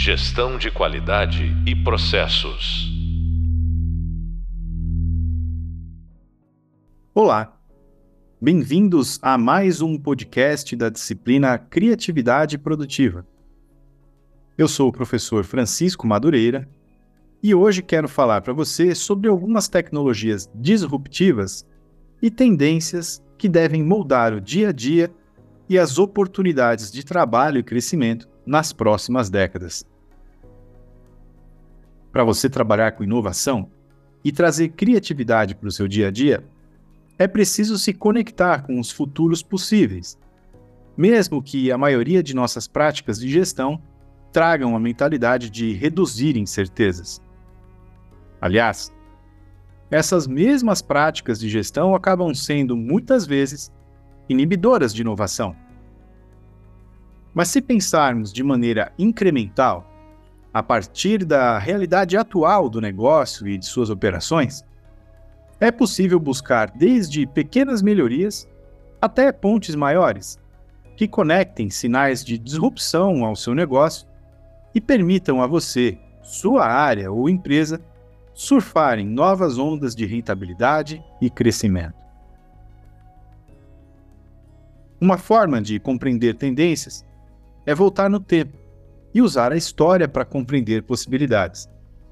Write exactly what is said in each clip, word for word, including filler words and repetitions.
Gestão de qualidade e processos. Olá, bem-vindos a mais um podcast da disciplina Criatividade Produtiva. Eu sou o professor Francisco Madureira e hoje quero falar para você sobre algumas tecnologias disruptivas e tendências que devem moldar o dia a dia e as oportunidades de trabalho e crescimento nas próximas décadas. Para você trabalhar com inovação e trazer criatividade para o seu dia a dia, é preciso se conectar com os futuros possíveis, mesmo que a maioria de nossas práticas de gestão tragam a mentalidade de reduzir incertezas. Aliás, essas mesmas práticas de gestão acabam sendo, muitas vezes, inibidoras de inovação. Mas se pensarmos de maneira incremental, a partir da realidade atual do negócio e de suas operações, é possível buscar desde pequenas melhorias até pontes maiores, que conectem sinais de disrupção ao seu negócio e permitam a você, sua área ou empresa, surfar em novas ondas de rentabilidade e crescimento. Uma forma de compreender tendências é voltar no tempo e usar a história para compreender possibilidades.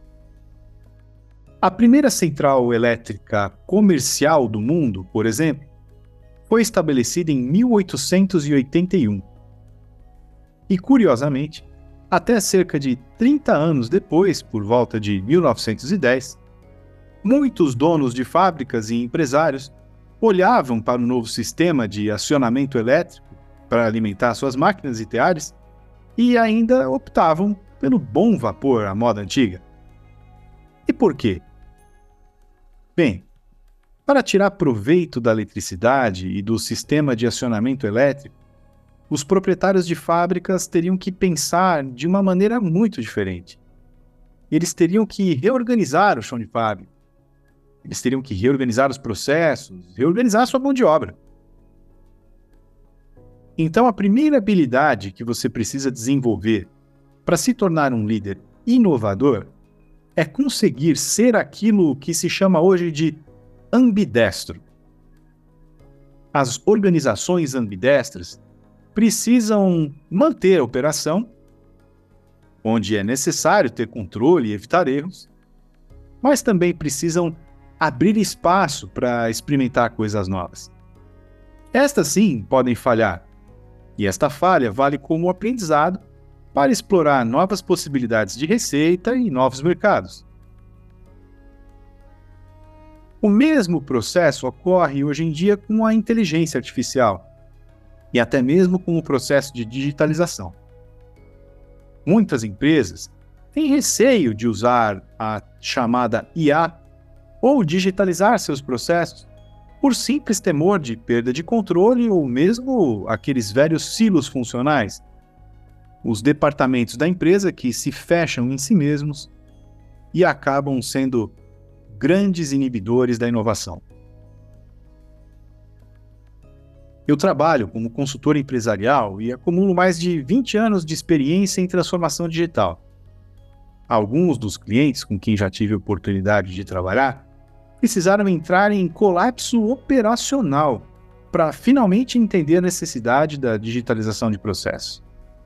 A primeira central elétrica comercial do mundo, por exemplo, foi estabelecida em mil oitocentos e oitenta e um. E, curiosamente, até cerca de trinta anos depois, por volta de mil novecentos e dez, muitos donos de fábricas e empresários olhavam para o novo sistema de acionamento elétrico para alimentar suas máquinas e teares e ainda optavam pelo bom vapor à moda antiga. E por quê? Bem, para tirar proveito da eletricidade e do sistema de acionamento elétrico, os proprietários de fábricas teriam que pensar de uma maneira muito diferente. Eles teriam que reorganizar o chão de fábrica. Eles teriam que reorganizar os processos, reorganizar sua mão de obra. Então, a primeira habilidade que você precisa desenvolver para se tornar um líder inovador é conseguir ser aquilo que se chama hoje de ambidestro. As organizações ambidestras precisam manter a operação, onde é necessário ter controle e evitar erros, mas também precisam abrir espaço para experimentar coisas novas. Estas sim podem falhar, e esta falha vale como aprendizado para explorar novas possibilidades de receita e novos mercados. O mesmo processo ocorre hoje em dia com a inteligência artificial e até mesmo com o processo de digitalização. Muitas empresas têm receio de usar a chamada I A ou digitalizar seus processos por simples temor de perda de controle ou mesmo aqueles velhos silos funcionais, os departamentos da empresa que se fecham em si mesmos e acabam sendo grandes inibidores da inovação. Eu trabalho como consultor empresarial e acumulo mais de vinte anos de experiência em transformação digital. Alguns dos clientes com quem já tive a oportunidade de trabalhar precisaram entrar em colapso operacional para finalmente entender a necessidade da digitalização de processos.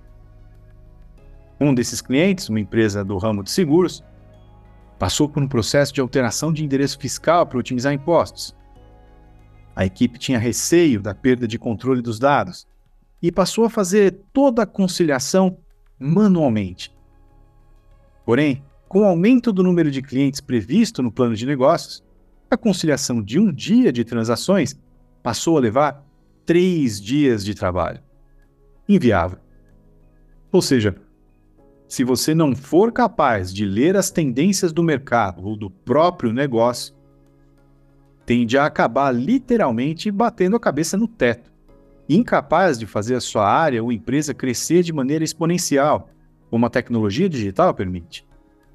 Um desses clientes, uma empresa do ramo de seguros, passou por um processo de alteração de endereço fiscal para otimizar impostos. A equipe tinha receio da perda de controle dos dados e passou a fazer toda a conciliação manualmente. Porém, com o aumento do número de clientes previsto no plano de negócios, a conciliação de um dia de transações passou a levar três dias de trabalho. Inviável. Ou seja, se você não for capaz de ler as tendências do mercado ou do próprio negócio, tende a acabar literalmente batendo a cabeça no teto, incapaz de fazer a sua área ou empresa crescer de maneira exponencial, como a tecnologia digital permite.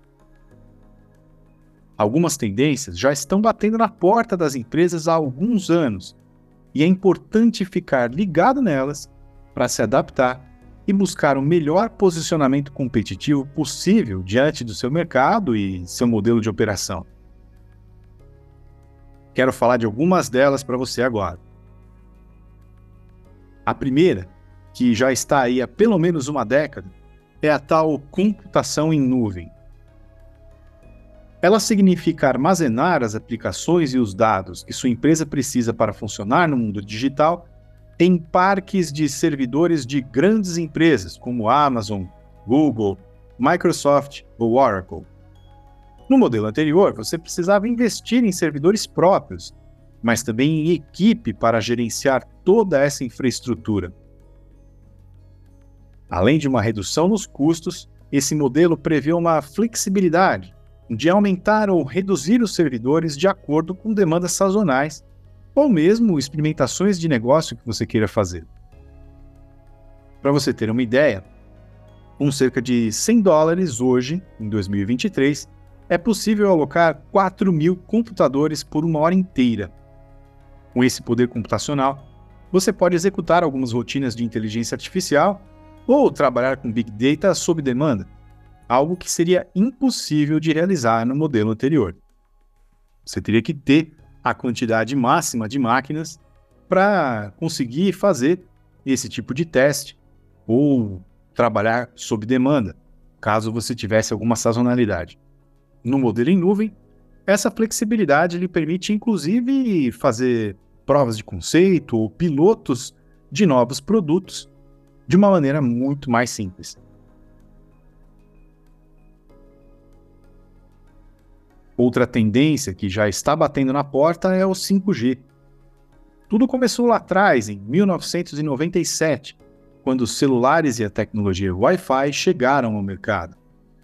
Algumas tendências já estão batendo na porta das empresas há alguns anos, e é importante ficar ligado nelas para se adaptar e buscar o melhor posicionamento competitivo possível diante do seu mercado e seu modelo de operação. Quero falar de algumas delas para você agora. A primeira, que já está aí há pelo menos uma década, é a tal computação em nuvem. Ela significa armazenar as aplicações e os dados que sua empresa precisa para funcionar no mundo digital em parques de servidores de grandes empresas como Amazon, Google, Microsoft ou Oracle. No modelo anterior, você precisava investir em servidores próprios, mas também em equipe para gerenciar toda essa infraestrutura. Além de uma redução nos custos, esse modelo prevê uma flexibilidade de aumentar ou reduzir os servidores de acordo com demandas sazonais ou mesmo experimentações de negócio que você queira fazer. Para você ter uma ideia, com cerca de cem dólares hoje, em dois mil e vinte e três, é possível alocar quatro mil computadores por uma hora inteira. Com esse poder computacional, você pode executar algumas rotinas de inteligência artificial ou trabalhar com Big Data sob demanda, algo que seria impossível de realizar no modelo anterior. Você teria que ter a quantidade máxima de máquinas para conseguir fazer esse tipo de teste ou trabalhar sob demanda, caso você tivesse alguma sazonalidade. No modelo em nuvem, essa flexibilidade lhe permite inclusive fazer provas de conceito ou pilotos de novos produtos de uma maneira muito mais simples. Outra tendência que já está batendo na porta é o cinco G. Tudo começou lá atrás, em mil novecentos e noventa e sete, quando os celulares e a tecnologia Wi-Fi chegaram ao mercado.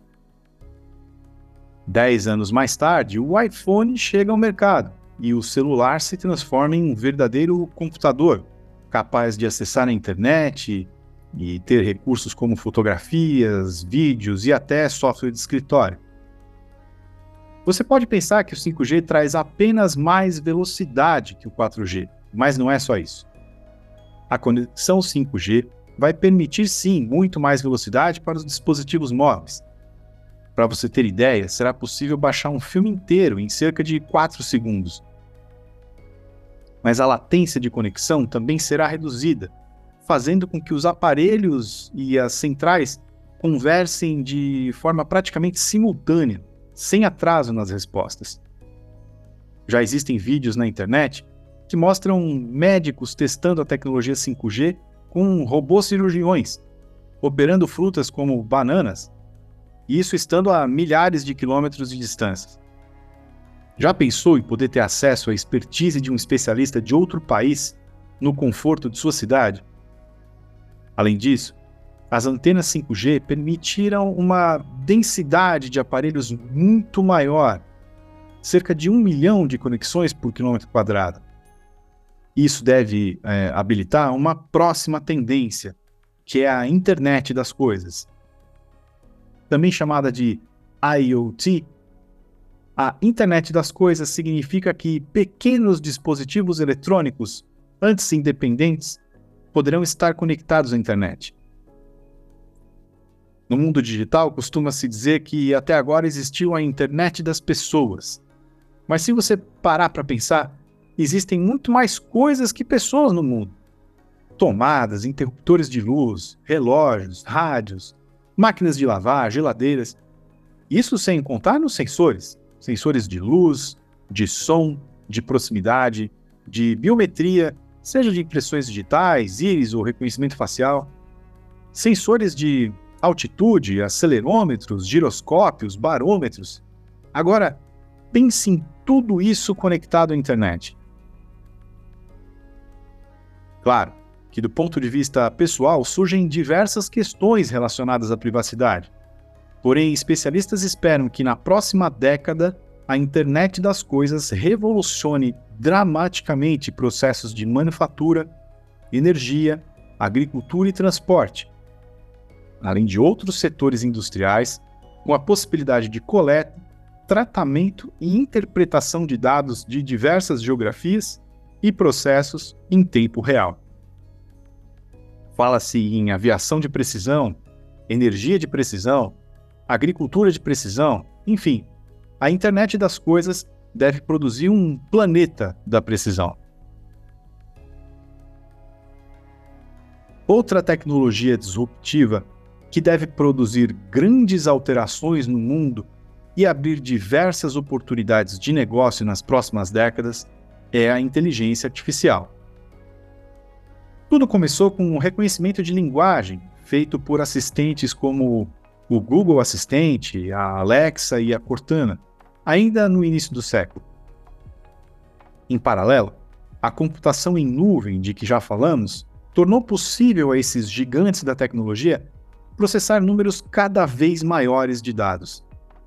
Dez anos mais tarde, o iPhone chega ao mercado e o celular se transforma em um verdadeiro computador, capaz de acessar a internet e ter recursos como fotografias, vídeos e até software de escritório. Você pode pensar que o cinco G traz apenas mais velocidade que o quatro G, mas não é só isso. A conexão cinco G vai permitir sim muito mais velocidade para os dispositivos móveis. Para você ter ideia, será possível baixar um filme inteiro em cerca de quatro segundos. Mas a latência de conexão também será reduzida, fazendo com que os aparelhos e as centrais conversem de forma praticamente simultânea, sem atraso nas respostas. Já existem vídeos na internet que mostram médicos testando a tecnologia cinco G com robôs cirurgiões, operando frutas como bananas, e isso estando a milhares de quilômetros de distância. Já pensou em poder ter acesso à expertise de um especialista de outro país no conforto de sua cidade? Além disso, as antenas cinco G permitiram uma densidade de aparelhos muito maior, cerca de um milhão de conexões por quilômetro quadrado. Isso deve é, habilitar uma próxima tendência, que é a Internet das Coisas. Também chamada de I O T, a Internet das Coisas significa que pequenos dispositivos eletrônicos, antes independentes, poderão estar conectados à internet. No mundo digital, costuma-se dizer que até agora existiu a internet das pessoas. Mas se você parar para pensar, existem muito mais coisas que pessoas no mundo. Tomadas, interruptores de luz, relógios, rádios, máquinas de lavar, geladeiras. Isso sem contar nos sensores. Sensores de luz, de som, de proximidade, de biometria, seja de impressões digitais, íris ou reconhecimento facial. Sensores de altitude, acelerômetros, giroscópios, barômetros. Agora, pense em tudo isso conectado à internet. Claro que do ponto de vista pessoal surgem diversas questões relacionadas à privacidade. Porém, especialistas esperam que na próxima década a internet das coisas revolucione dramaticamente processos de manufatura, energia, agricultura e transporte, além de outros setores industriais, com a possibilidade de coleta, tratamento e interpretação de dados de diversas geografias e processos em tempo real. Fala-se em aviação de precisão, energia de precisão, agricultura de precisão, enfim, a internet das coisas deve produzir um planeta da precisão. Outra tecnologia disruptiva que deve produzir grandes alterações no mundo e abrir diversas oportunidades de negócio nas próximas décadas é a inteligência artificial. Tudo começou com o reconhecimento de linguagem, feito por assistentes como o Google Assistente, a Alexa e a Cortana, ainda no início do século. Em paralelo, a computação em nuvem, de que já falamos, tornou possível a esses gigantes da tecnologia processar números cada vez maiores de dados.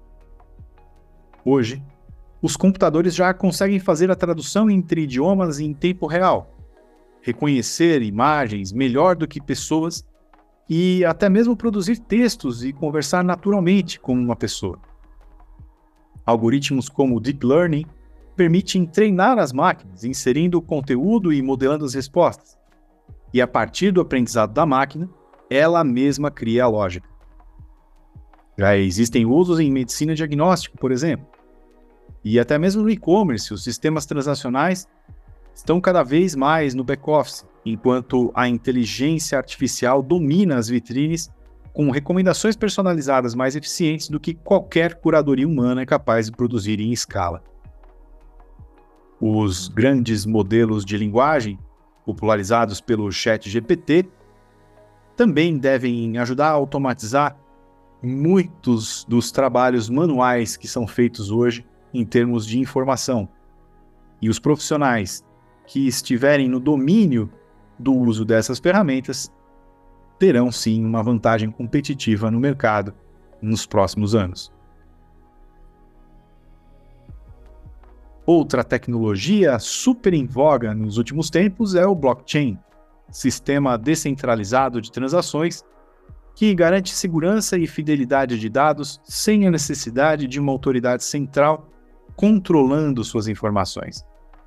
Hoje, os computadores já conseguem fazer a tradução entre idiomas em tempo real, reconhecer imagens melhor do que pessoas e até mesmo produzir textos e conversar naturalmente como uma pessoa. Algoritmos como o Deep Learning permitem treinar as máquinas, inserindo o conteúdo e modelando as respostas. E a partir do aprendizado da máquina, ela mesma cria a lógica. Já existem usos em medicina diagnóstica, por exemplo. E até mesmo no e-commerce, os sistemas transacionais estão cada vez mais no back-office, enquanto a inteligência artificial domina as vitrines com recomendações personalizadas mais eficientes do que qualquer curadoria humana é capaz de produzir em escala. Os grandes modelos de linguagem, popularizados pelo ChatGPT, também devem ajudar a automatizar muitos dos trabalhos manuais que são feitos hoje em termos de informação. E os profissionais que estiverem no domínio do uso dessas ferramentas terão sim uma vantagem competitiva no mercado nos próximos anos. Outra tecnologia super em voga nos últimos tempos é o blockchain, sistema descentralizado de transações que garante segurança e fidelidade de dados sem a necessidade de uma autoridade central controlando suas informações.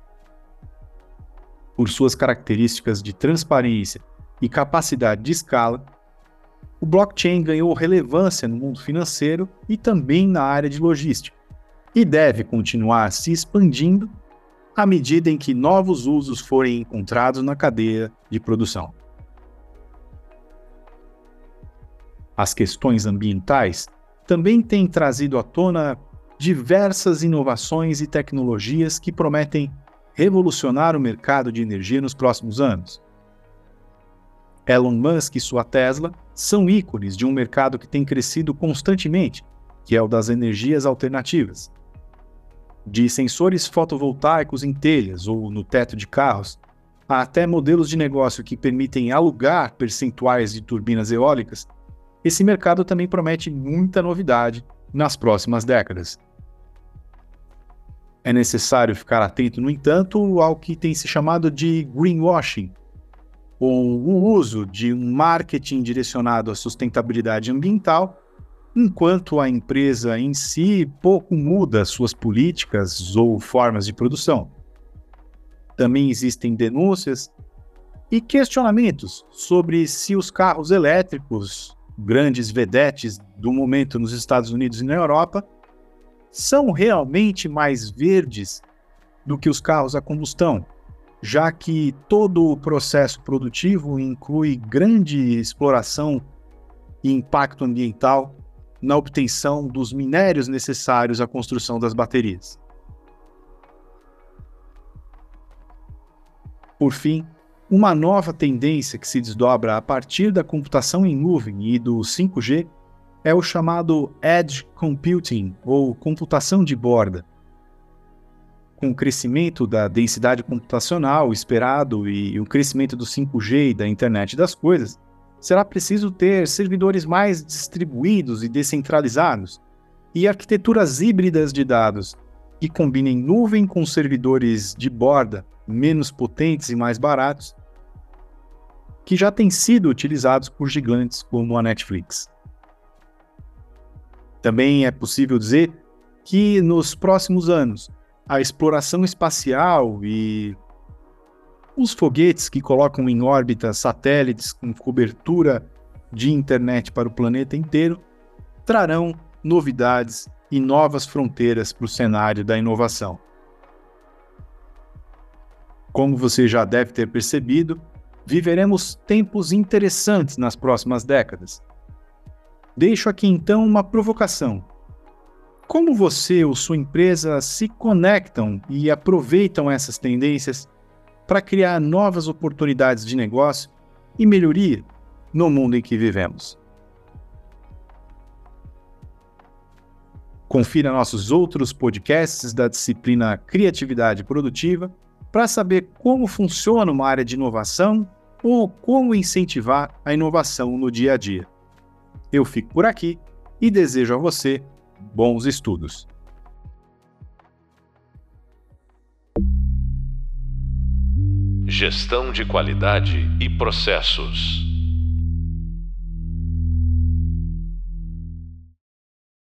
Por suas características de transparência e capacidade de escala, o blockchain ganhou relevância no mundo financeiro e também na área de logística, e deve continuar se expandindo à medida em que novos usos forem encontrados na cadeia de produção. As questões ambientais também têm trazido à tona diversas inovações e tecnologias que prometem revolucionar o mercado de energia nos próximos anos. Elon Musk e sua Tesla são ícones de um mercado que tem crescido constantemente, que é o das energias alternativas. De sensores fotovoltaicos em telhas ou no teto de carros, há até modelos de negócio que permitem alugar percentuais de turbinas eólicas, esse mercado também promete muita novidade nas próximas décadas. É necessário ficar atento, no entanto, ao que tem se chamado de greenwashing, ou o uso de um marketing direcionado à sustentabilidade ambiental, enquanto a empresa em si pouco muda suas políticas ou formas de produção. Também existem denúncias e questionamentos sobre se os carros elétricos, grandes vedetes do momento nos Estados Unidos e na Europa, são realmente mais verdes do que os carros a combustão, já que todo o processo produtivo inclui grande exploração e impacto ambiental na obtenção dos minérios necessários à construção das baterias. Por fim, uma nova tendência que se desdobra a partir da computação em nuvem e do cinco G é o chamado Edge Computing, ou computação de borda. Com o crescimento da densidade computacional esperado e o crescimento do cinco G e da internet das coisas, será preciso ter servidores mais distribuídos e descentralizados, e arquiteturas híbridas de dados que combinem nuvem com servidores de borda menos potentes e mais baratos, que já têm sido utilizados por gigantes como a Netflix. Também é possível dizer que nos próximos anos a exploração espacial e Os foguetes que colocam em órbita satélites com cobertura de internet para o planeta inteiro trarão novidades e novas fronteiras para o cenário da inovação. Como você já deve ter percebido, viveremos tempos interessantes nas próximas décadas. Deixo aqui então uma provocação. Como você ou sua empresa se conectam e aproveitam essas tendências para criar novas oportunidades de negócio e melhoria no mundo em que vivemos? Confira nossos outros podcasts da disciplina Criatividade Produtiva para saber como funciona uma área de inovação ou como incentivar a inovação no dia a dia. Eu fico por aqui e desejo a você bons estudos. Gestão de qualidade e processos.